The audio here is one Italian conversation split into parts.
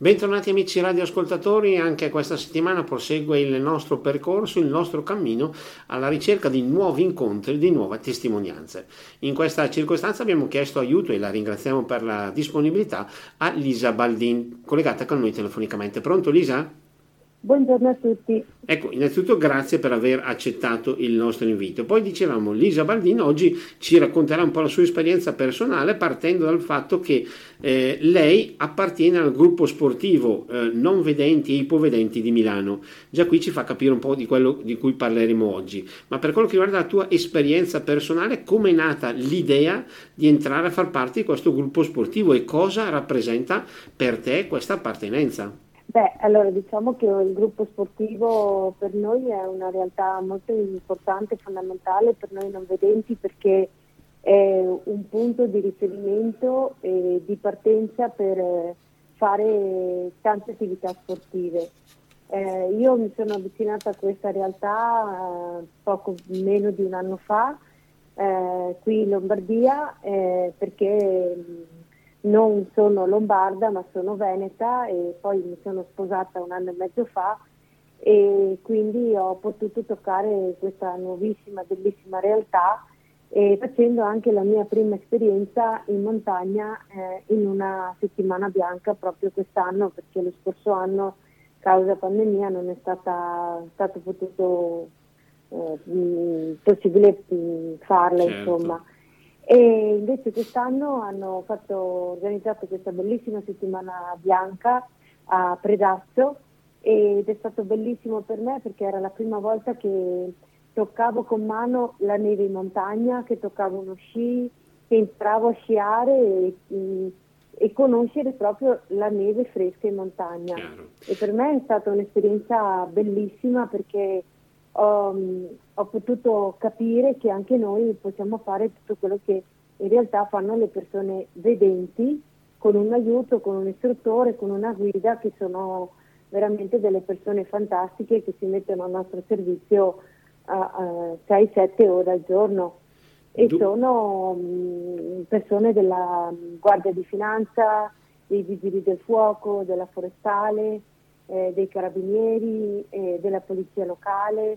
Bentornati amici radioascoltatori, anche questa settimana prosegue il nostro percorso, il nostro cammino alla ricerca di nuovi incontri, di nuove testimonianze. In questa circostanza abbiamo chiesto aiuto e la ringraziamo per la disponibilità a Lisa Baldin, collegata con noi telefonicamente. Pronto Lisa? Buongiorno a tutti. Ecco, innanzitutto grazie per aver accettato il nostro invito. Poi dicevamo, Lisa Baldin oggi ci racconterà un po' la sua esperienza personale partendo dal fatto che lei appartiene al gruppo sportivo non vedenti e ipovedenti di Milano. Già qui ci fa capire un po' di quello di cui parleremo oggi. Ma per quello che riguarda la tua esperienza personale, come è nata l'idea di entrare a far parte di questo gruppo sportivo e cosa rappresenta per te questa appartenenza? Allora diciamo che il gruppo sportivo per noi è una realtà molto importante e fondamentale per noi non vedenti perché è un punto di riferimento e di partenza per fare tante attività sportive. Io mi sono avvicinata a questa realtà poco meno di un anno fa, qui in Lombardia, perché non sono lombarda ma sono veneta e poi mi sono sposata un anno e mezzo fa e quindi ho potuto toccare questa nuovissima, bellissima realtà e facendo anche la mia prima esperienza in montagna in una settimana bianca proprio quest'anno perché lo scorso anno, causa pandemia, non è stato potuto possibile farla, Certo. insomma. E invece quest'anno hanno organizzato questa bellissima settimana bianca a Predazzo ed è stato bellissimo per me perché era la prima volta che toccavo con mano la neve in montagna, che toccavo uno sci, che imparavo a sciare e conoscere proprio la neve fresca in montagna. Chiaro. E per me è stata un'esperienza bellissima perché ho potuto capire che anche noi possiamo fare tutto quello che in realtà fanno le persone vedenti con un aiuto, con un istruttore, con una guida che sono veramente delle persone fantastiche che si mettono al nostro servizio a 6-7 ore al giorno e Du- sono persone della Guardia di Finanza, dei Vigili del Fuoco, della Forestale, dei Carabinieri, della Polizia Locale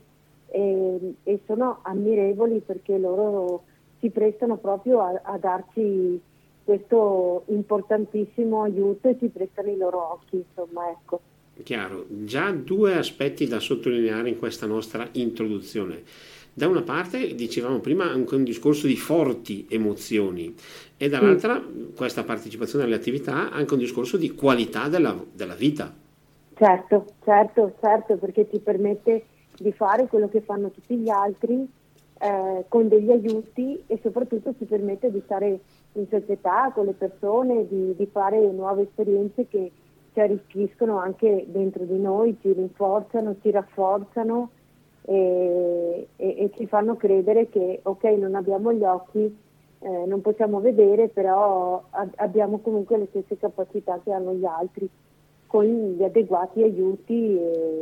e sono ammirevoli perché loro si prestano proprio a darci questo importantissimo aiuto e ci prestano i loro occhi, insomma, ecco. Chiaro, già due aspetti da sottolineare in questa nostra introduzione. Da una parte, dicevamo prima, anche un discorso di forti emozioni e Sì. dall'altra, questa partecipazione alle attività, anche un discorso di qualità della vita. Certo, certo, certo, perché ti permette di fare quello che fanno tutti gli altri con degli aiuti e soprattutto ti permette di stare in società con le persone, di fare nuove esperienze che ci arricchiscono anche dentro di noi, ci rinforzano, ci rafforzano e ci fanno credere che ok, non abbiamo gli occhi, non possiamo vedere, però abbiamo comunque le stesse capacità che hanno gli altri con gli adeguati aiuti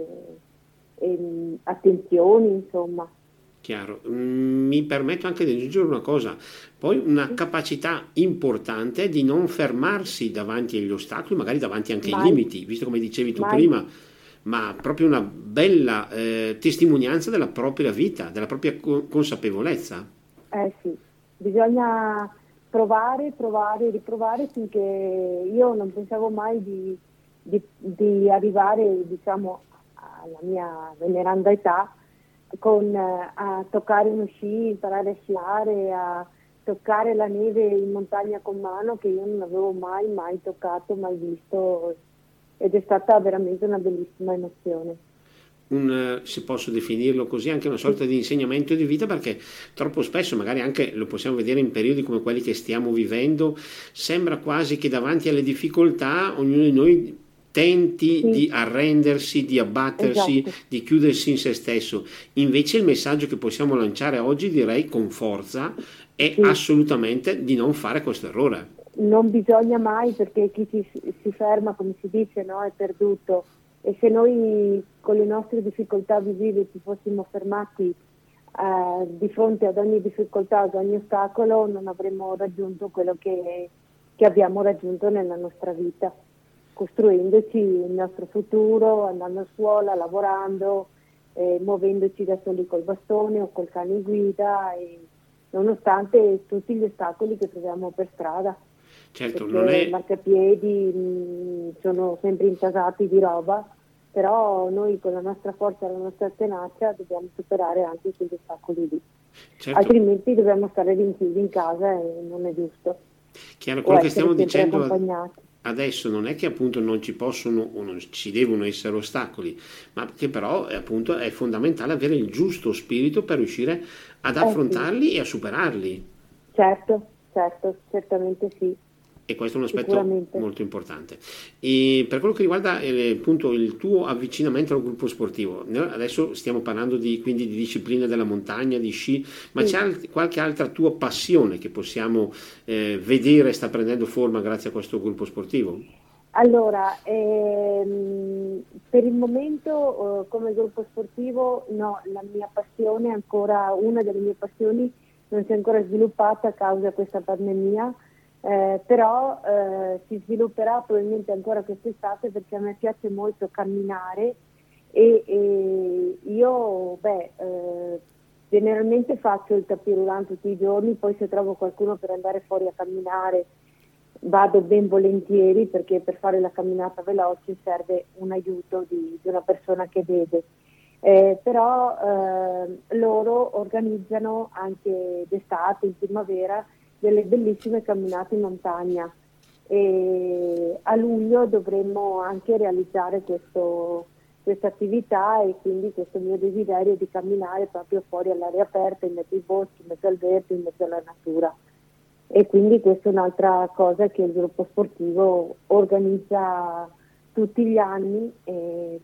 e attenzioni, insomma. Chiaro. Mi permetto anche di aggiungere una cosa, poi una Sì. capacità importante di non fermarsi davanti agli ostacoli, magari davanti anche ai Mai, limiti, visto come dicevi tu mai. prima, ma proprio una bella testimonianza della propria vita, della propria consapevolezza. Eh sì, bisogna provare, provare, riprovare finché io non pensavo mai di arrivare, diciamo, alla mia veneranda età a toccare uno sci, imparare a sciare, a toccare la neve in montagna con mano che io non avevo mai, mai toccato, mai visto ed è stata veramente una bellissima emozione. Se posso definirlo così, anche una Sì, sorta di insegnamento di vita perché troppo spesso, magari anche lo possiamo vedere in periodi come quelli che stiamo vivendo, sembra quasi che davanti alle difficoltà ognuno di noi tenti sì, di arrendersi, di abbattersi, esatto. di chiudersi in se stesso. Invece il messaggio che possiamo lanciare oggi, direi con forza, è Sì. assolutamente di non fare questo errore. Non bisogna mai perché chi si ferma, come si dice, no, è perduto. E se noi con le nostre difficoltà visive ci fossimo fermati di fronte ad ogni difficoltà, ad ogni ostacolo, non avremmo raggiunto quello che abbiamo raggiunto nella nostra vita. costruendoci il nostro futuro, andando a scuola, lavorando, muovendoci da soli col bastone o col cane guida, e nonostante tutti gli ostacoli che troviamo per strada. Certo, Perché non i è... marciapiedi sono sempre intasati di roba, però noi con la nostra forza e la nostra tenacia dobbiamo superare anche quegli ostacoli lì. Certo, Altrimenti dobbiamo stare rinchiusi in casa e non è giusto, chiaro, o quello che essere stiamo sempre dicendo accompagnati. adesso non è che appunto non ci possono o non ci devono essere ostacoli, ma che però appunto è fondamentale avere il giusto spirito per riuscire ad Sì, affrontarli e a superarli. certo, certo, certamente sì, E questo è un aspetto sicuramente. molto importante. E per quello che riguarda appunto il tuo avvicinamento al gruppo sportivo, noi adesso stiamo parlando quindi di discipline della montagna, di sci, ma c'è Sì. qualche altra tua passione che possiamo vedere sta prendendo forma grazie a questo gruppo sportivo? Allora, per il momento come gruppo sportivo no, la mia passione è ancora, una delle mie passioni non si è ancora sviluppata a causa di questa pandemia, però si svilupperà probabilmente ancora quest'estate, perché a me piace molto camminare e io generalmente faccio il tapis tutti i giorni, poi se trovo qualcuno per andare fuori a camminare vado ben volentieri, perché per fare la camminata veloce serve un aiuto di una persona che vede. Però loro organizzano anche d'estate, in primavera, delle bellissime camminate in montagna, e a luglio dovremmo anche realizzare questa attività, e quindi questo mio desiderio di camminare proprio fuori all'aria aperta, in mezzo ai boschi, in mezzo al verde, in mezzo alla natura. E quindi questa è un'altra cosa che il gruppo sportivo organizza tutti gli anni, e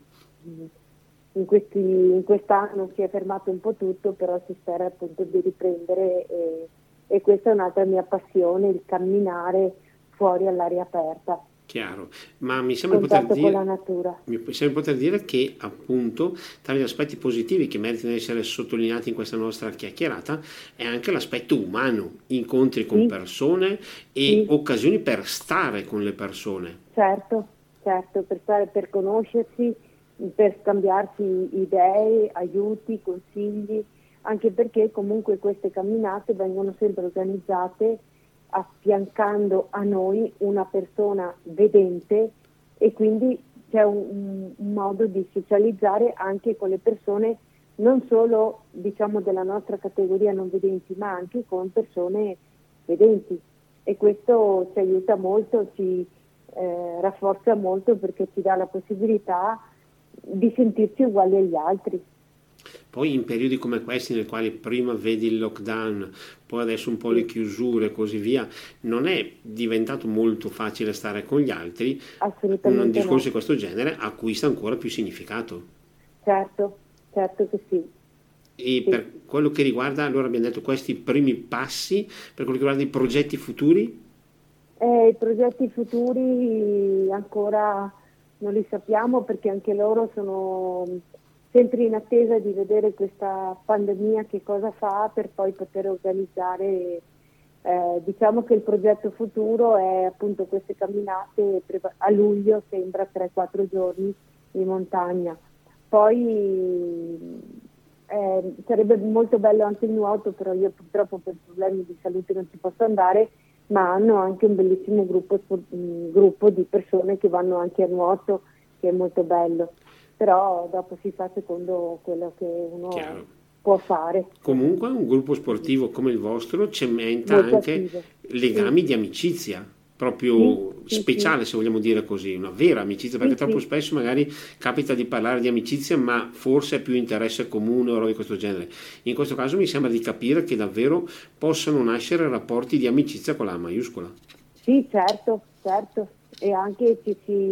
in quest'anno si è fermato un po' tutto, però si spera appunto di riprendere, e questa è un'altra mia passione, il camminare fuori all'aria aperta, Chiaro, ma mi sembra di poter contatto con la dire, natura. mi sembra di poter dire che appunto tra gli aspetti positivi che meritano di essere sottolineati in questa nostra chiacchierata è anche l'aspetto umano, incontri con Sì, persone e sì. occasioni per stare con le persone. Certo, certo, per conoscersi, per scambiarsi idee, aiuti, consigli, anche perché comunque queste camminate vengono sempre organizzate affiancando a noi una persona vedente, e quindi c'è un modo di socializzare anche con le persone non solo diciamo della nostra categoria non vedenti, ma anche con persone vedenti, e questo ci aiuta molto, ci rafforza molto, perché ci dà la possibilità di sentirci uguali agli altri. Poi in periodi come questi, nel quali prima vedi il lockdown, poi adesso un po' le Sì, chiusure e così via, non è diventato molto facile stare con gli altri. Un assolutamente discorso no. di questo genere acquista ancora più significato. Certo, certo che sì. E Sì. per quello che riguarda, allora abbiamo detto questi primi passi, per quello che riguarda i progetti futuri, I progetti futuri ancora non li sappiamo, perché anche loro sono sempre in attesa di vedere questa pandemia che cosa fa, per poi poter organizzare. Diciamo che il progetto futuro è appunto queste camminate a luglio, sembra 3-4 giorni in montagna. Poi sarebbe molto bello anche il nuoto, però io purtroppo per problemi di salute non ci posso andare, ma hanno anche un bellissimo gruppo di persone che vanno anche a nuoto, che è molto bello. Però dopo si fa secondo quello che uno chiaro. può fare, Comunque un gruppo sportivo come il vostro cementa molto anche attivo. Sì, legami di amicizia, sì, proprio sì, sì, speciale se vogliamo dire così, una vera amicizia, perché sì, troppo sì. spesso magari capita di parlare di amicizia, ma forse è più interesse comune o roba di questo genere. In questo caso mi sembra di capire che davvero possano nascere rapporti di amicizia con la A maiuscola. Sì, certo, certo, e anche ci si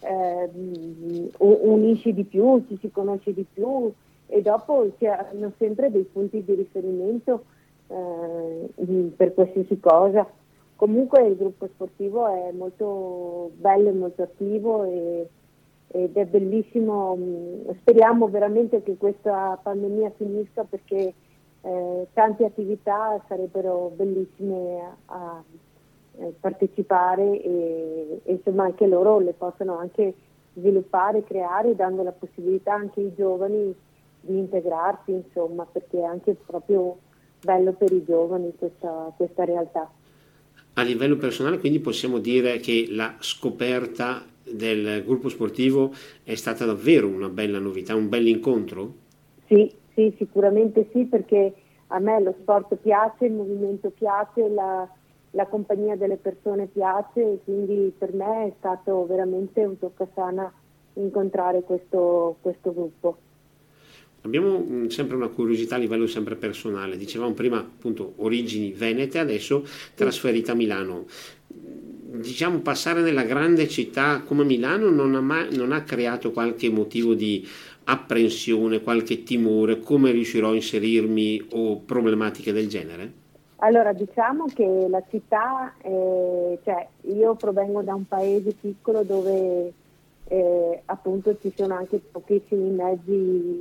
unisce di più, ci si conosce di più, e dopo si hanno sempre dei punti di riferimento per qualsiasi cosa. Comunque il gruppo sportivo è molto bello e molto attivo, ed è bellissimo. Speriamo veramente che questa pandemia finisca, perché tante attività sarebbero bellissime partecipare e insomma anche loro le possano anche sviluppare, creare, dando la possibilità anche ai giovani di integrarsi, insomma, perché è anche proprio bello per i giovani questa realtà. A livello personale, quindi possiamo dire che la scoperta del gruppo sportivo è stata davvero una bella novità, un bel incontro? Sì, sì, sicuramente sì, perché a me lo sport piace, il movimento piace, la compagnia delle persone piace, e quindi per me è stato veramente un toccasana incontrare questo gruppo. Abbiamo sempre una curiosità a livello sempre personale, dicevamo prima appunto origini venete, adesso trasferita a Milano. Diciamo passare nella grande città come Milano non ha creato qualche motivo di apprensione, qualche timore, come riuscirò a inserirmi o problematiche del genere? Allora, diciamo che la città, cioè io provengo da un paese piccolo dove appunto ci sono anche pochissimi mezzi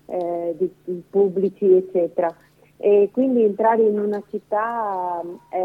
pubblici, eccetera. E quindi entrare in una città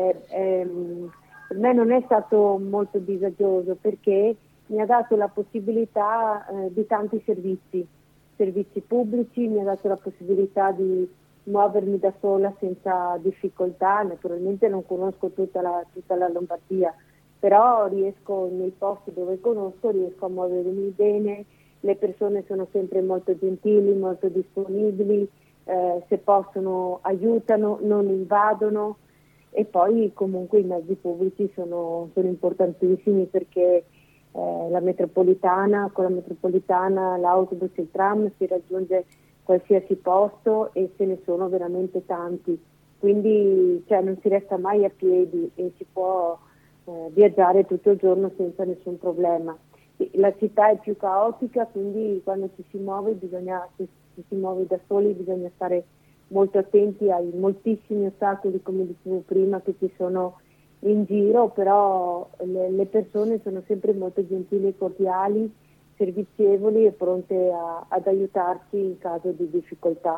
per me non è stato molto disagioso perché mi ha dato la possibilità di tanti servizi pubblici, mi ha dato la possibilità di muovermi da sola senza difficoltà. Naturalmente non conosco tutta la Lombardia, però riesco nei posti dove conosco, riesco a muovermi bene, le persone sono sempre molto gentili, molto disponibili, se possono aiutano, non invadono, e poi comunque i mezzi pubblici sono importantissimi perché con la metropolitana, l'autobus e il tram si raggiunge qualsiasi posto e ce ne sono veramente tanti, quindi non si resta mai a piedi e si può viaggiare tutto il giorno senza nessun problema. La città è più caotica, quindi quando ci si muove se si muove da soli bisogna stare molto attenti ai moltissimi ostacoli, come dicevo prima, che ci sono in giro, però le persone sono sempre molto gentili e cordiali, servizievoli e pronte ad aiutarci in caso di difficoltà.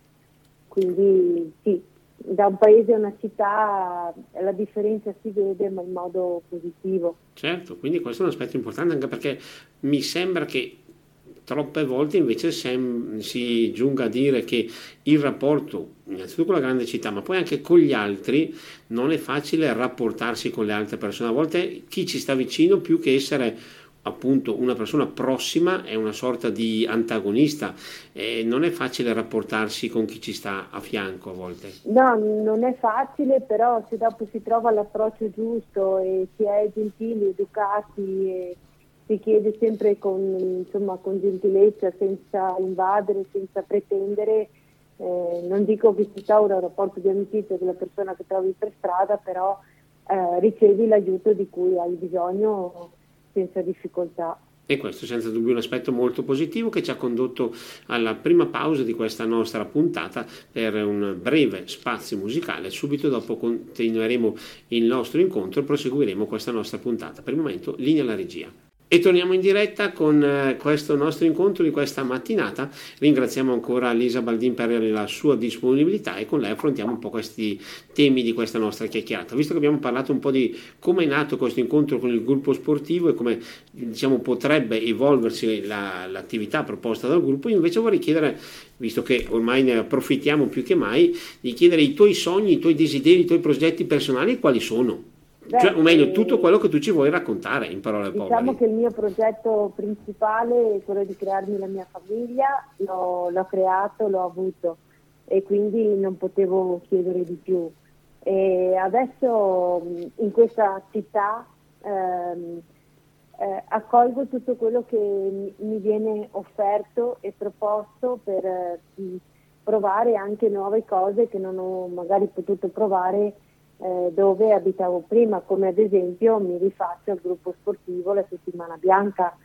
Quindi sì, da un paese a una città la differenza si vede, ma in modo positivo. Certo, quindi questo è un aspetto importante anche perché mi sembra che troppe volte invece si giunga a dire che il rapporto, innanzitutto con la grande città, ma poi anche con gli altri, non è facile rapportarsi con le altre persone. A volte chi ci sta vicino, più che essere appunto una persona prossima, è una sorta di antagonista. Non è facile rapportarsi con chi ci sta a fianco a volte. No, non è facile, però se dopo si trova l'approccio giusto e si è gentili, educati e si chiede sempre con gentilezza, senza invadere, senza pretendere, non dico che si instaura un rapporto di amicizia con la persona che trovi per strada, però ricevi l'aiuto di cui hai bisogno senza difficoltà. E questo senza dubbio è un aspetto molto positivo che ci ha condotto alla prima pausa di questa nostra puntata per un breve spazio musicale. Subito dopo continueremo il nostro incontro e proseguiremo questa nostra puntata. Per il momento, linea alla regia. E torniamo in diretta con questo nostro incontro di questa mattinata. Ringraziamo ancora Lisa Baldin per la sua disponibilità e con lei affrontiamo un po' questi temi di questa nostra chiacchierata. Visto che abbiamo parlato un po' di come è nato questo incontro con il gruppo sportivo e come diciamo potrebbe evolversi l'attività proposta dal gruppo, io invece vorrei chiedere, visto che ormai ne approfittiamo più che mai, di chiedere i tuoi sogni, i tuoi desideri, i tuoi progetti personali quali sono? O meglio, tutto quello che tu ci vuoi raccontare in parole povere. Diciamo che il mio progetto principale è quello di crearmi la mia famiglia, l'ho creato, l'ho avuto e quindi non potevo chiedere di più. E adesso in questa città accolgo tutto quello che mi viene offerto e proposto per provare anche nuove cose che non ho magari potuto provare dove abitavo prima, come ad esempio mi rifaccio al gruppo sportivo la settimana bianca.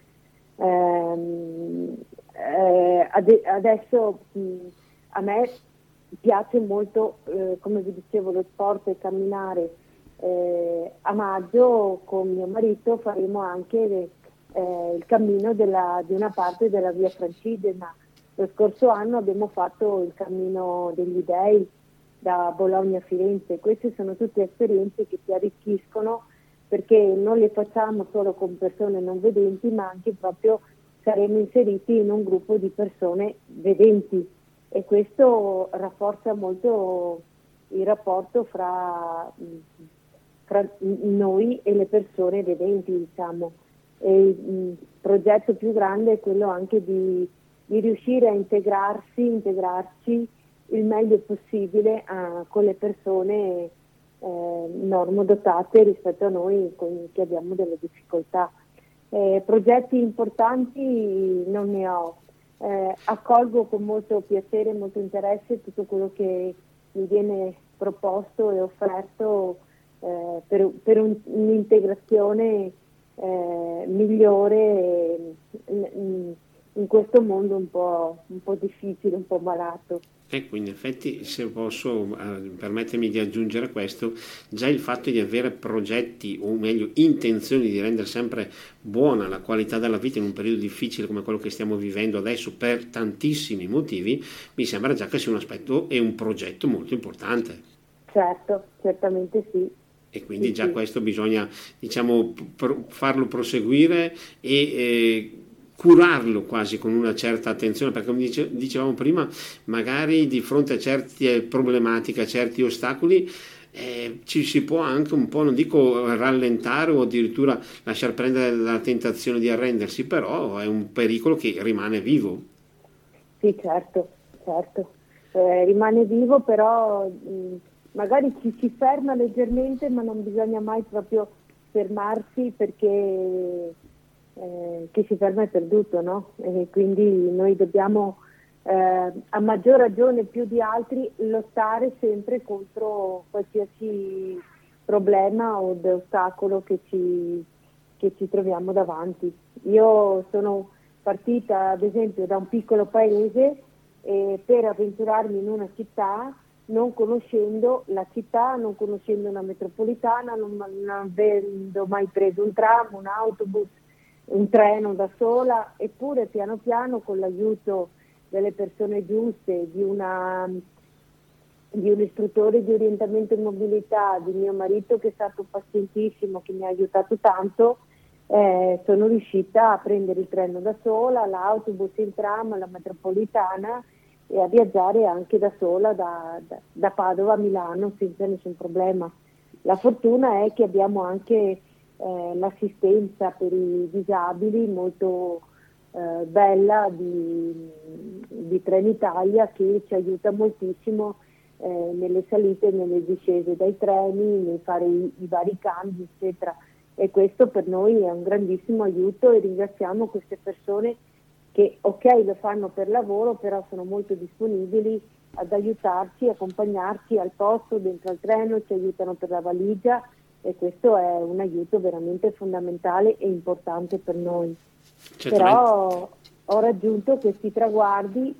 Adesso a me piace molto, come vi dicevo, lo sport e camminare. A maggio con mio marito faremo anche il cammino di una parte della via Francigena. Lo scorso anno abbiamo fatto il cammino degli Dei da Bologna a Firenze. Queste sono tutte esperienze che ti arricchiscono perché non le facciamo solo con persone non vedenti, ma anche proprio saremo inseriti in un gruppo di persone vedenti, e questo rafforza molto il rapporto fra noi e le persone vedenti, diciamo. E il progetto più grande è quello anche di riuscire a integrarci il meglio possibile con le persone normodotate rispetto a noi che abbiamo delle difficoltà. Progetti importanti non ne ho. Accolgo con molto piacere e molto interesse tutto quello che mi viene proposto e offerto per un'integrazione migliore in questo mondo un po' difficile, un po' malato. Ecco, in effetti, se posso permettermi di aggiungere questo, già il fatto di avere progetti, o meglio intenzioni di rendere sempre buona la qualità della vita in un periodo difficile come quello che stiamo vivendo adesso per tantissimi motivi, mi sembra già che sia un aspetto e un progetto molto importante. Certo, certamente sì. E quindi sì, già sì. questo bisogna, diciamo, farlo proseguire e curarlo quasi con una certa attenzione, perché come dicevamo prima, magari di fronte a certe problematiche, a certi ostacoli, ci si può anche un po', non dico rallentare o addirittura lasciar prendere dalla tentazione di arrendersi, però è un pericolo che rimane vivo. Sì, certo. Rimane vivo, però magari ci si ferma leggermente, ma non bisogna mai proprio fermarsi, perché chi si ferma è perduto, no? E quindi noi dobbiamo, a maggior ragione più di altri, lottare sempre contro qualsiasi problema o ostacolo che ci troviamo davanti. Io sono partita, ad esempio, da un piccolo paese per avventurarmi in una città, non conoscendo la città, non conoscendo una metropolitana, non avendo mai preso un tram, un autobus, un treno da sola, eppure piano piano, con l'aiuto delle persone giuste, di un istruttore di orientamento e mobilità, di mio marito che è stato pazientissimo, che mi ha aiutato tanto, sono riuscita a prendere il treno da sola, l'autobus, il tram, la metropolitana, e a viaggiare anche da sola da Padova a Milano senza nessun problema. La fortuna è che abbiamo anche l'assistenza per i disabili molto bella di Trenitalia, che ci aiuta moltissimo nelle salite e nelle discese dai treni, nel fare i vari cambi, eccetera. E questo per noi è un grandissimo aiuto, e ringraziamo queste persone che, ok, lo fanno per lavoro, però sono molto disponibili ad aiutarci, accompagnarci al posto, dentro al treno, ci aiutano per la valigia, e questo è un aiuto veramente fondamentale e importante per noi. Certamente. Però ho raggiunto questi traguardi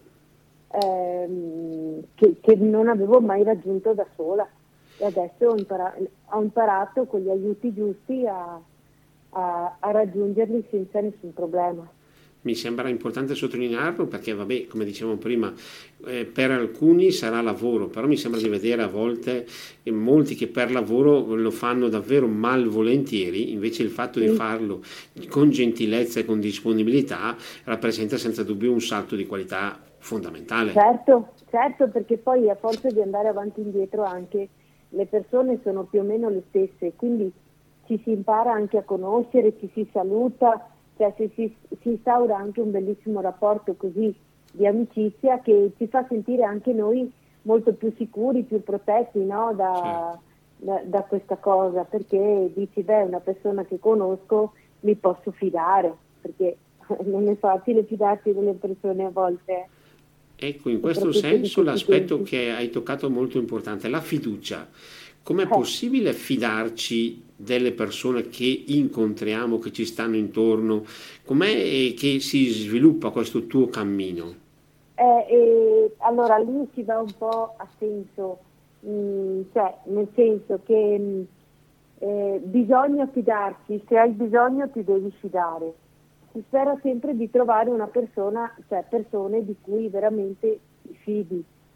che non avevo mai raggiunto da sola, e adesso ho imparato con gli aiuti giusti a raggiungerli senza nessun problema. Mi sembra importante sottolinearlo perché, vabbè, come dicevamo prima, per alcuni sarà lavoro, però mi sembra di vedere a volte molti che per lavoro lo fanno davvero malvolentieri, invece il fatto di farlo con gentilezza e con disponibilità rappresenta senza dubbio un salto di qualità fondamentale. Certo, perché poi a forza di andare avanti e indietro anche le persone sono più o meno le stesse, quindi ci si impara anche a conoscere, ci si saluta, cioè si instaura anche un bellissimo rapporto così di amicizia, che ci fa sentire anche noi molto più sicuri, più protetti, no? da questa cosa, perché dici, beh, una persona che conosco mi posso fidare, perché non è facile fidarsi delle persone a volte. Ecco, in questo senso l'aspetto che hai toccato è molto importante, la fiducia. Com'è possibile fidarci delle persone che incontriamo, che ci stanno intorno? Com'è che si sviluppa questo tuo cammino? Allora lì si va un po' a senso, cioè nel senso che bisogna fidarsi, se hai bisogno ti devi fidare. Si spera sempre di trovare una persona, cioè persone di cui veramente ti fidi.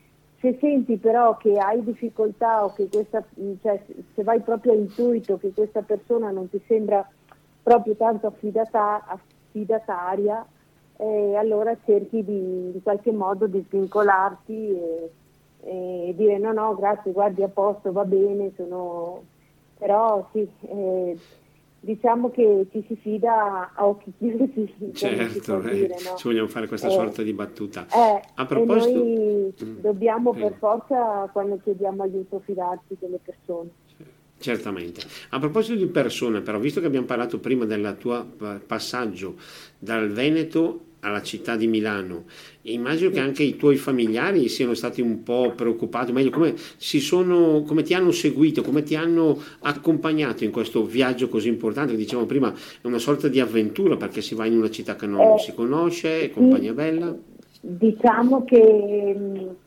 se senti però che hai difficoltà o che cioè, se vai proprio a intuito che questa persona non ti sembra proprio tanto affidataria, allora cerchi in qualche modo di svincolarti e dire no, no, grazie, guardi a posto, va bene, però sì, diciamo che ci si fida a occhi chiusi, come si può Certo, dire, no? se vogliamo fare questa sorta di battuta. A E proposito, noi dobbiamo prego. per forza, quando chiediamo aiuto, fidarci delle persone. Certamente. A proposito di persone, però, visto che abbiamo parlato prima del tuo passaggio dal Veneto alla città di Milano, immagino che anche i tuoi familiari siano stati un po' preoccupati, meglio, come ti hanno seguito, come ti hanno accompagnato in questo viaggio così importante, che dicevamo prima è una sorta di avventura perché si va in una città che non si conosce, compagnia Sì, bella. diciamo che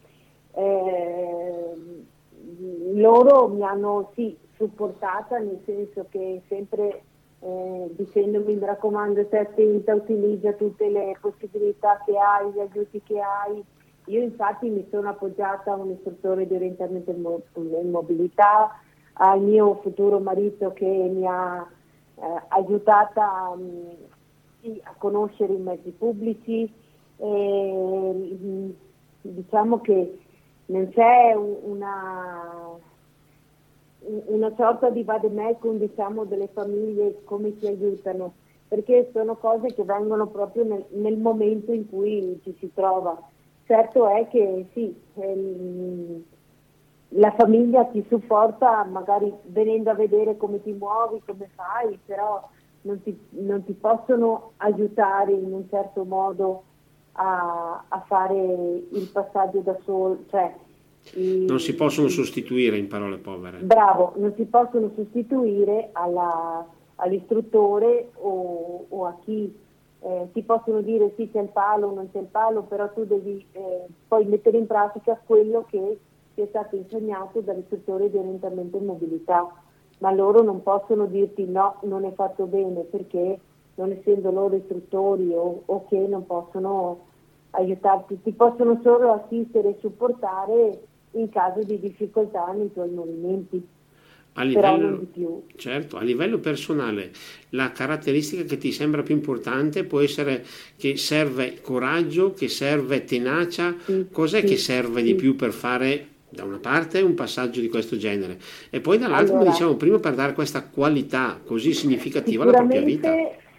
eh, loro mi hanno sì supportata, nel senso che sempre dicendomi mi raccomando, stai attenta, utilizza tutte le possibilità che hai, gli aiuti che hai. Io infatti mi sono appoggiata a un istruttore di orientamento in mobilità, al mio futuro marito che mi ha aiutata sì, a conoscere i mezzi pubblici. Diciamo che non c'è una sorta di vademecum, diciamo, delle famiglie, come si aiutano, perché sono cose che vengono proprio nel momento in cui ci si trova. Certo è che sì, la famiglia ti supporta magari venendo a vedere come ti muovi, come fai, però non ti possono aiutare in un certo modo a fare il passaggio da solo, cioè Non si possono sostituire, in parole povere. bravo, non si possono sostituire all'istruttore o a chi ti possono dire sì c'è il palo o non c'è il palo, però tu devi poi mettere in pratica quello che ti è stato insegnato dall'istruttore di orientamento e mobilità, ma loro non possono dirti no, non è fatto bene, perché non essendo loro istruttori o che non possono aiutarti, ti possono solo assistere e supportare in caso di difficoltà nei tuoi movimenti, però non di più. Certo, a livello personale, la caratteristica che ti sembra più importante può essere che serve coraggio, che serve tenacia, cos'è che serve di più per fare da una parte un passaggio di questo genere e poi dall'altra, come diciamo prima, per dare questa qualità così significativa alla propria vita?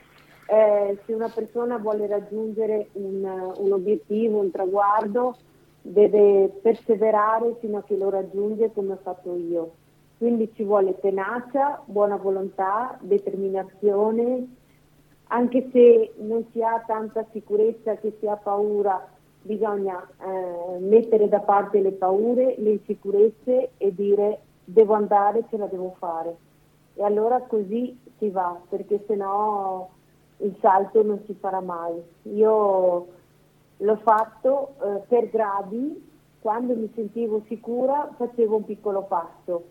Se una persona vuole raggiungere un obiettivo, un traguardo, deve perseverare fino a che lo raggiunge, come ho fatto io. Quindi ci vuole tenacia, buona volontà, determinazione, anche se non si ha tanta sicurezza, che si ha paura, bisogna mettere da parte le paure, le insicurezze e dire devo andare, ce la devo fare. E allora così si va, perché sennò il salto non si farà mai. Io l'ho fatto per gradi, quando mi sentivo sicura facevo un piccolo passo,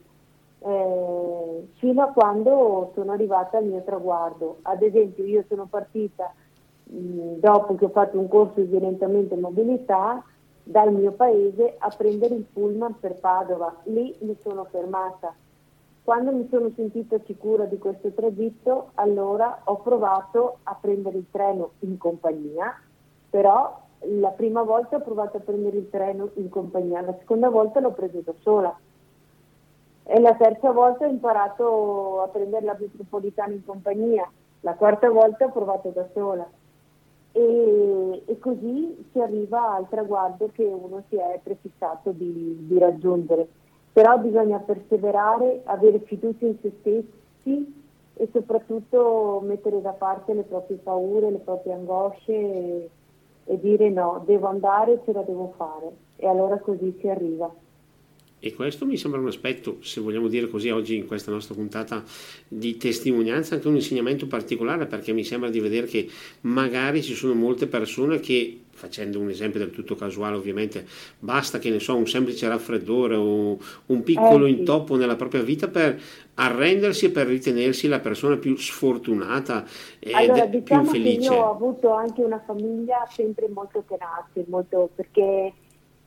fino a quando sono arrivata al mio traguardo. Ad esempio io sono partita dopo che ho fatto un corso di orientamento e mobilità dal mio paese a prendere il pullman per Padova, lì mi sono fermata. Quando mi sono sentita sicura di questo tragitto, allora ho provato a prendere il treno in compagnia, però la prima volta ho provato a prendere il treno in compagnia, la seconda volta l'ho preso da sola e la terza volta ho imparato a prendere la metropolitana in compagnia, la quarta volta ho provato da sola e così si arriva al traguardo che uno si è prefissato di raggiungere. Però bisogna perseverare, avere fiducia in se stessi e soprattutto mettere da parte le proprie paure, le proprie angosce e dire no, devo andare, ce la devo fare. E allora così si arriva. E questo mi sembra un aspetto, se vogliamo dire così, oggi in questa nostra puntata di testimonianza, anche un insegnamento particolare, perché mi sembra di vedere che magari ci sono molte persone che, facendo un esempio del tutto casuale ovviamente, basta che ne so un semplice raffreddore o un piccolo intoppo nella propria vita per arrendersi e per ritenersi la persona più sfortunata e più infelice. Che io ho avuto anche una famiglia sempre molto tenace, molto, perché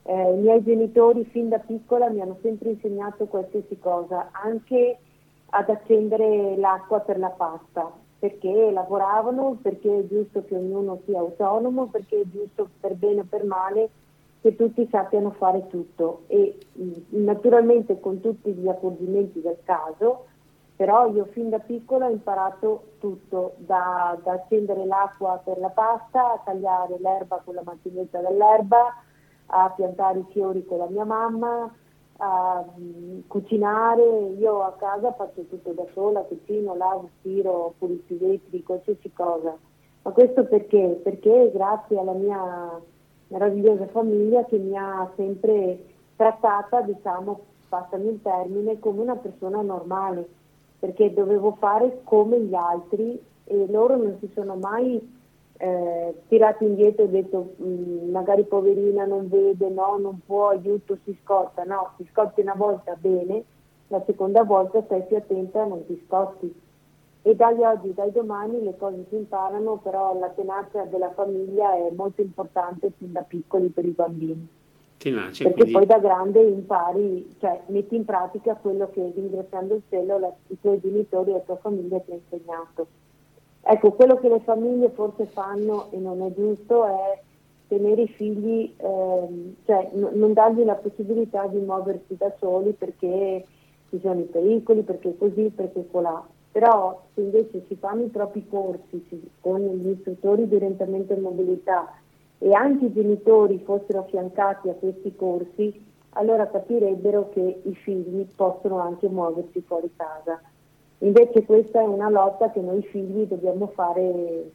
I miei genitori fin da piccola mi hanno sempre insegnato qualsiasi cosa, anche ad accendere l'acqua per la pasta, perché lavoravano, perché è giusto che ognuno sia autonomo, perché è giusto per bene o per male che tutti sappiano fare tutto e naturalmente con tutti gli accorgimenti del caso, però io fin da piccola ho imparato tutto, da accendere l'acqua per la pasta, a tagliare l'erba con la macchinetta dell'erba, a piantare i fiori con la mia mamma, a cucinare. Io a casa faccio tutto da sola, cucino, lavo, stiro, pulisco i vetri, qualsiasi cosa. Ma questo perché? Perché grazie alla mia meravigliosa famiglia che mi ha sempre trattata, diciamo, passami il termine, come una persona normale, perché dovevo fare come gli altri e loro non si sono mai tirati indietro e detto magari poverina non vede, no, non può, aiuto, si scotta, no, si scotti una volta bene, la seconda volta stai più attenta, non ti scotti. E dagli oggi, dai domani le cose si imparano, però la tenacia della famiglia è molto importante fin da piccoli per i bambini. Tenace, Perché quindi... poi da grande impari, cioè metti in pratica quello che ringraziando il cielo i tuoi genitori e la tua famiglia ti ha insegnato. Ecco, quello che le famiglie forse fanno e non è giusto è tenere i figli, cioè non dargli la possibilità di muoversi da soli perché ci sono i pericoli, perché così, perché colà. Però se invece si fanno i propri corsi con gli istruttori di orientamento e mobilità e anche i genitori fossero affiancati a questi corsi, allora capirebbero che i figli possono anche muoversi fuori casa. Invece questa è una lotta che noi figli dobbiamo fare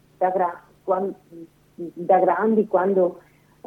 da grandi quando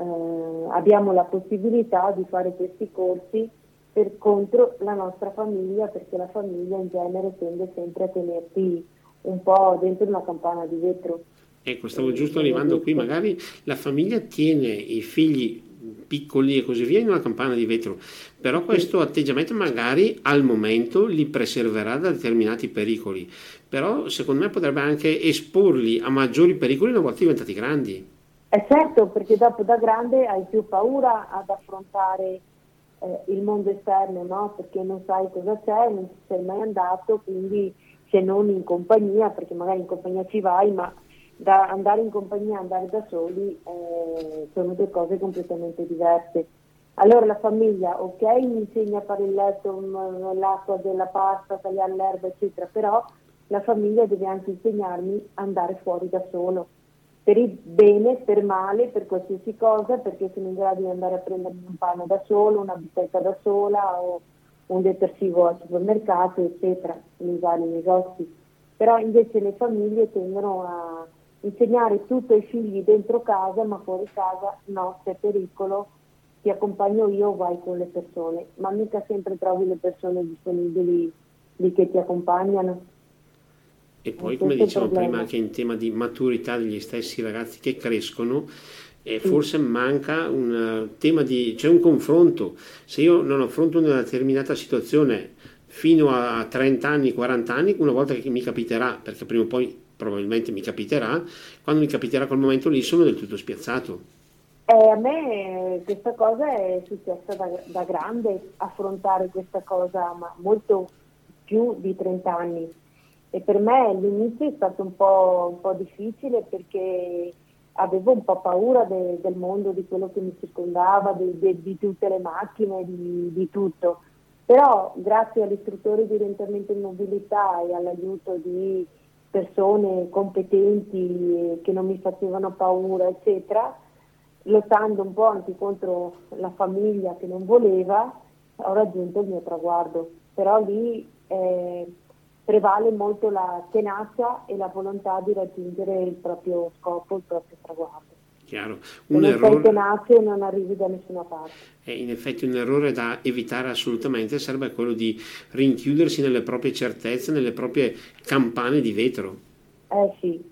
abbiamo la possibilità di fare questi corsi contro la nostra famiglia, perché la famiglia in genere tende sempre a tenerti un po' dentro una campana di vetro. Ecco, stavo giusto arrivando qui, magari la famiglia tiene i figli piccoli e così via in una campana di vetro, però questo atteggiamento magari al momento li preserverà da determinati pericoli, però secondo me potrebbe anche esporli a maggiori pericoli una volta diventati grandi. Certo, perché dopo da grande hai più paura ad affrontare il mondo esterno, no? Perché non sai cosa c'è, non ci sei mai andato, quindi se non in compagnia, perché magari in compagnia ci vai, ma da andare in compagnia e andare da soli sono due cose completamente diverse. Allora la famiglia, ok, mi insegna a fare il letto, l'acqua della pasta, tagliare l'erba, eccetera, però la famiglia deve anche insegnarmi ad andare fuori da solo, per il bene, per male, per qualsiasi cosa, perché sono in grado di andare a prendermi un panno da solo, una bistecca da sola o un detersivo al supermercato, eccetera, nei vari negozi. Però invece le famiglie tendono a insegnare tutto ai figli dentro casa, ma fuori casa no, c'è pericolo, ti accompagno io, vai con le persone, ma mica sempre trovi le persone disponibili lì che ti accompagnano. E poi, come dicevamo prima, anche in tema di maturità degli stessi ragazzi che crescono, forse manca un tema di, c'è un confronto. Se io non affronto una determinata situazione fino a 30 anni, 40 anni, una volta che mi capiterà, perché prima o poi probabilmente mi capiterà, quando mi capiterà quel momento lì sono del tutto spiazzato. A me questa cosa è successa da grande, affrontare questa cosa, ma molto più di 30 anni. E per me l'inizio è stato un po' difficile perché avevo un po' paura del mondo, di quello che mi circondava, di tutte le macchine, di tutto. Però grazie agli istruttori di orientamento in mobilità e all'aiuto di persone competenti che non mi facevano paura, eccetera, lottando un po' anche contro la famiglia che non voleva, ho raggiunto il mio traguardo. Però lì prevale molto la tenacia e la volontà di raggiungere il proprio scopo, il proprio traguardo. Chiaro. Se non sei tenace non arrivi da nessuna parte. In effetti un errore da evitare assolutamente sarebbe quello di rinchiudersi nelle proprie certezze, nelle proprie campane di vetro. Sì.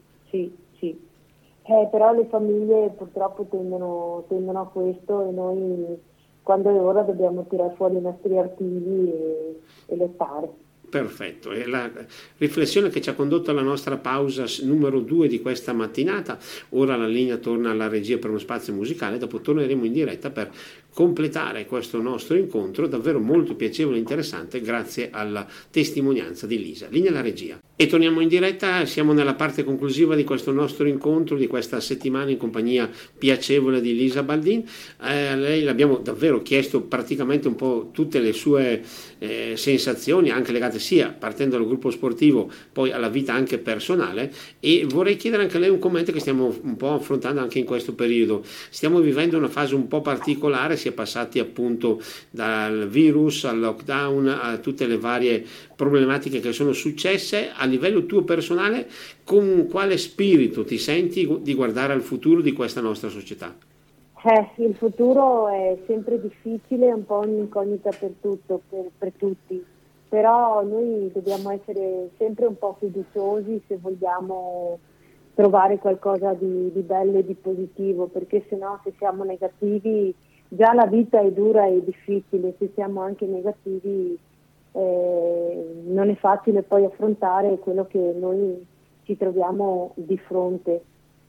Però le famiglie purtroppo tendono a questo e noi quando è ora dobbiamo tirare fuori i nostri artigli e lottare. Perfetto, è la riflessione che ci ha condotto alla nostra pausa numero 2 di questa mattinata. Ora la linea torna alla regia per uno spazio musicale, dopo torneremo in diretta per completare questo nostro incontro davvero molto piacevole e interessante grazie alla testimonianza di Lisa. Linea alla regia. E torniamo in diretta, siamo nella parte conclusiva di questo nostro incontro, di questa settimana in compagnia piacevole di Lisa Baldin. A lei l'abbiamo davvero chiesto praticamente un po' tutte le sue sensazioni, anche legate sia partendo dal gruppo sportivo, poi alla vita anche personale, e vorrei chiedere anche a lei un commento che stiamo un po' affrontando anche in questo periodo. Stiamo vivendo una fase un po' particolare, si è passati appunto dal virus al lockdown a tutte le varie problematiche che sono successe. A livello tuo personale, con quale spirito ti senti di guardare al futuro di questa nostra società? Il futuro è sempre difficile, è un po' un'incognita per tutti, però noi dobbiamo essere sempre un po' fiduciosi se vogliamo trovare qualcosa di bello e di positivo, perché sennò se siamo negativi, già la vita è dura e difficile, se siamo anche negativi non è facile poi affrontare quello che noi ci troviamo di fronte.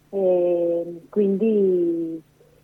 Quindi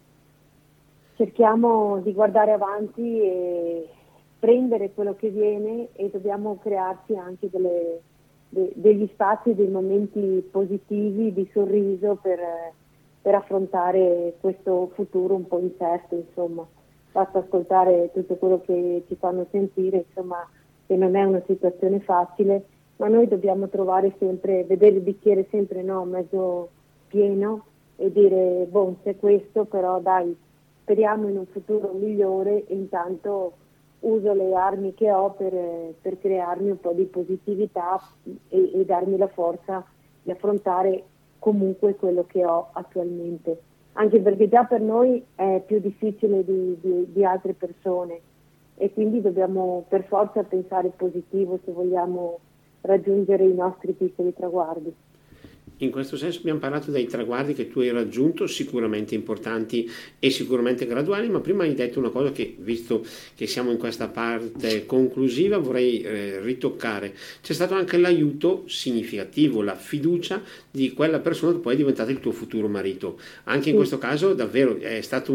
cerchiamo di guardare avanti e prendere quello che viene, e dobbiamo crearci anche degli spazi, dei momenti positivi di sorriso per affrontare questo futuro un po' incerto, insomma. Basta ascoltare tutto quello che ci fanno sentire, insomma, che non è una situazione facile, ma noi dobbiamo trovare sempre, vedere il bicchiere sempre mezzo pieno e dire, c'è questo, però dai, speriamo in un futuro migliore, e intanto uso le armi che ho per crearmi un po' di positività e darmi la forza di affrontare comunque quello che ho attualmente, anche perché già per noi è più difficile di altre persone, e quindi dobbiamo per forza pensare positivo se vogliamo raggiungere i nostri piccoli traguardi. In questo senso abbiamo parlato dei traguardi che tu hai raggiunto, sicuramente importanti e sicuramente graduali, ma prima hai detto una cosa che, visto che siamo in questa parte conclusiva, vorrei ritoccare. C'è stato anche l'aiuto significativo, la fiducia di quella persona che poi è diventata il tuo futuro marito. Anche in questo caso davvero è stato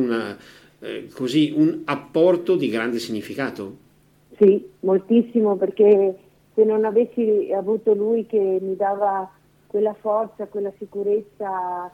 un apporto di grande significato. Sì, moltissimo, perché se non avessi avuto lui che mi dava quella forza, quella sicurezza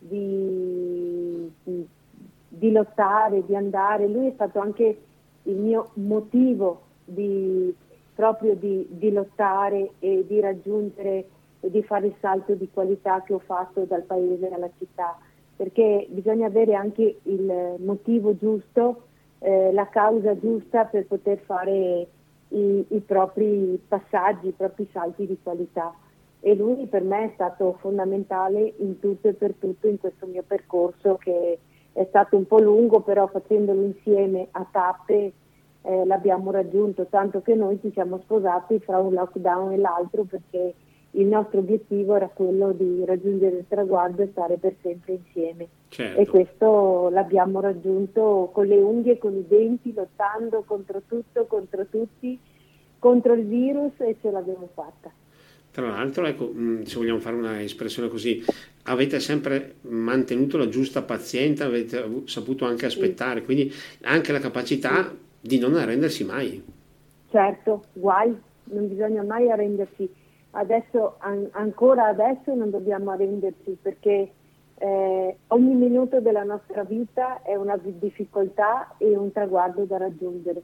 di lottare, di andare, lui è stato anche il mio motivo proprio di lottare e di raggiungere e di fare il salto di qualità che ho fatto dal paese alla città, perché bisogna avere anche il motivo giusto, la causa giusta per poter fare i propri passaggi, i propri salti di qualità. E lui per me è stato fondamentale in tutto e per tutto in questo mio percorso, che è stato un po' lungo, però facendolo insieme a tappe l'abbiamo raggiunto, tanto che noi ci siamo sposati fra un lockdown e l'altro, perché il nostro obiettivo era quello di raggiungere il traguardo e stare per sempre insieme. Certo. E questo l'abbiamo raggiunto con le unghie e con i denti, lottando contro tutto, contro tutti, contro il virus, e ce l'abbiamo fatta. Tra l'altro, ecco, se vogliamo fare una espressione così, avete sempre mantenuto la giusta pazienza, avete saputo anche aspettare, quindi anche la capacità di non arrendersi mai. Certo, guai, non bisogna mai arrendersi. Adesso, ancora adesso non dobbiamo arrenderci, perché ogni minuto della nostra vita è una difficoltà e un traguardo da raggiungere.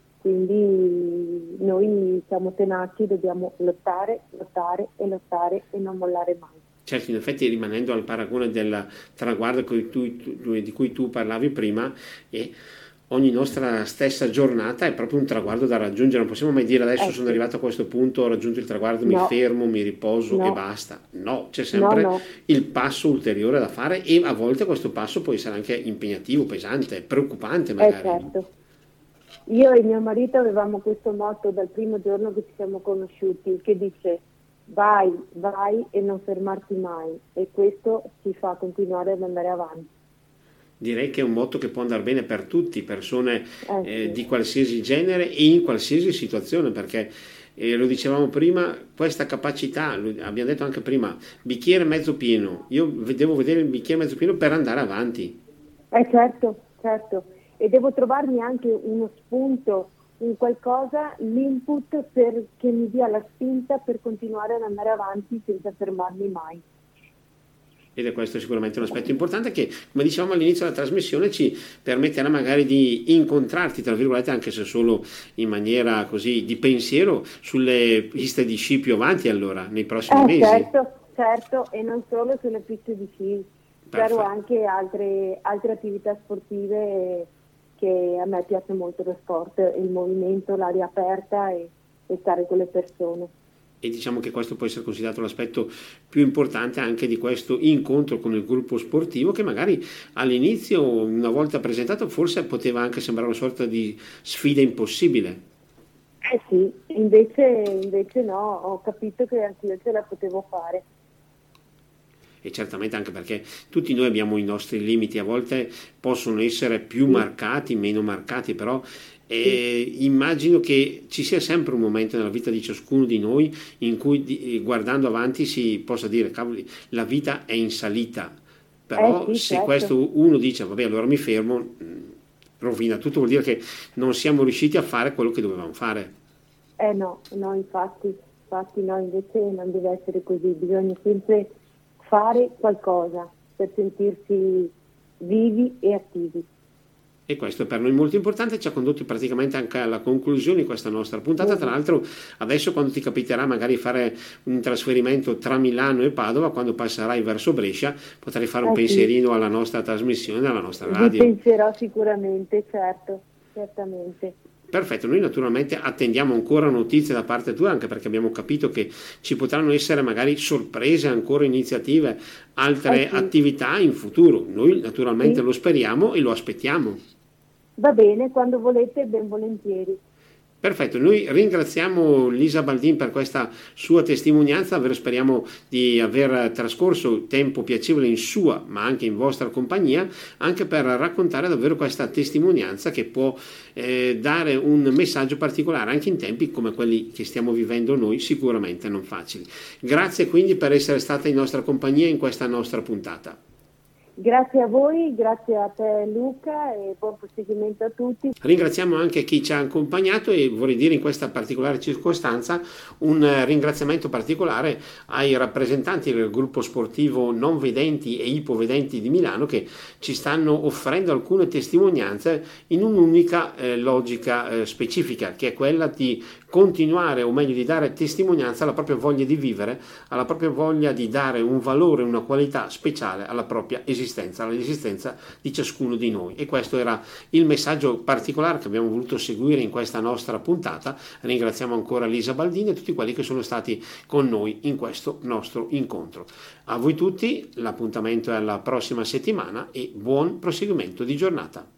Quindi noi siamo tenaci, dobbiamo lottare, lottare e lottare e non mollare mai. Certo, in effetti, rimanendo al paragone del traguardo di cui tu parlavi prima, e ogni nostra stessa giornata è proprio un traguardo da raggiungere. Non possiamo mai dire adesso sono arrivato a questo punto, ho raggiunto il traguardo, mi fermo, mi riposo e basta. No, c'è sempre il passo ulteriore da fare, e a volte questo passo può essere anche impegnativo, pesante, preoccupante magari. Certo. Io e mio marito avevamo questo motto dal primo giorno che ci siamo conosciuti, che dice: vai, vai e non fermarti mai, e questo ci fa continuare ad andare avanti. Direi che è un motto che può andare bene per tutti, persone di qualsiasi genere e in qualsiasi situazione, perché lo dicevamo prima, questa capacità, abbiamo detto anche prima, bicchiere mezzo pieno, io devo vedere il bicchiere mezzo pieno per andare avanti. Certo, certo. e devo trovarmi anche uno spunto, un qualcosa, l'input che mi dia la spinta per continuare ad andare avanti senza fermarmi mai. Ed è questo sicuramente un aspetto importante che, come dicevamo all'inizio della trasmissione, ci permetterà magari di incontrarti, tra virgolette, anche se solo in maniera così di pensiero, sulle piste di sci più avanti allora, nei prossimi mesi. Certo, e non solo sulle piste di sci, spero anche altre attività sportive, che a me piace molto lo sport, il movimento, l'aria aperta e stare con le persone. E diciamo che questo può essere considerato l'aspetto più importante anche di questo incontro con il gruppo sportivo, che magari all'inizio, una volta presentato, forse poteva anche sembrare una sorta di sfida impossibile. Sì, invece no, ho capito che anche io ce la potevo fare. E certamente anche perché tutti noi abbiamo i nostri limiti, a volte possono essere più marcati, meno marcati, però immagino che ci sia sempre un momento nella vita di ciascuno di noi in cui guardando avanti si possa dire, cavoli, la vita è in salita, però se certo. questo uno dice, vabbè, allora mi fermo, rovina tutto, vuol dire che non siamo riusciti a fare quello che dovevamo fare. No, infatti no, invece non deve essere così, bisogna sempre fare qualcosa per sentirsi vivi e attivi. E questo è per noi molto importante, ci ha condotto praticamente anche alla conclusione di questa nostra puntata. Tra l'altro adesso, quando ti capiterà magari fare un trasferimento tra Milano e Padova, quando passerai verso Brescia, potrai fare un pensierino alla nostra trasmissione, alla nostra radio. Penserò sicuramente, certo, certamente. Perfetto, noi naturalmente attendiamo ancora notizie da parte tua, anche perché abbiamo capito che ci potranno essere magari sorprese, ancora iniziative, altre attività in futuro. Noi naturalmente lo speriamo e lo aspettiamo. Va bene, quando volete, ben volentieri. Perfetto, noi ringraziamo Lisa Baldin per questa sua testimonianza, speriamo di aver trascorso tempo piacevole in sua ma anche in vostra compagnia, anche per raccontare davvero questa testimonianza che può dare un messaggio particolare anche in tempi come quelli che stiamo vivendo noi, sicuramente non facili. Grazie quindi per essere stata in nostra compagnia in questa nostra puntata. Grazie a voi, grazie a te Luca e buon proseguimento a tutti. Ringraziamo anche chi ci ha accompagnato e vorrei dire in questa particolare circostanza un ringraziamento particolare ai rappresentanti del gruppo sportivo non vedenti e ipovedenti di Milano, che ci stanno offrendo alcune testimonianze in un'unica logica specifica, che è quella di continuare, o meglio di dare testimonianza alla propria voglia di vivere, alla propria voglia di dare un valore, una qualità speciale alla propria esistenza, all'esistenza di ciascuno di noi. E questo era il messaggio particolare che abbiamo voluto seguire in questa nostra puntata. Ringraziamo ancora Lisa Baldini e tutti quelli che sono stati con noi in questo nostro incontro. A voi tutti l'appuntamento è alla prossima settimana e buon proseguimento di giornata.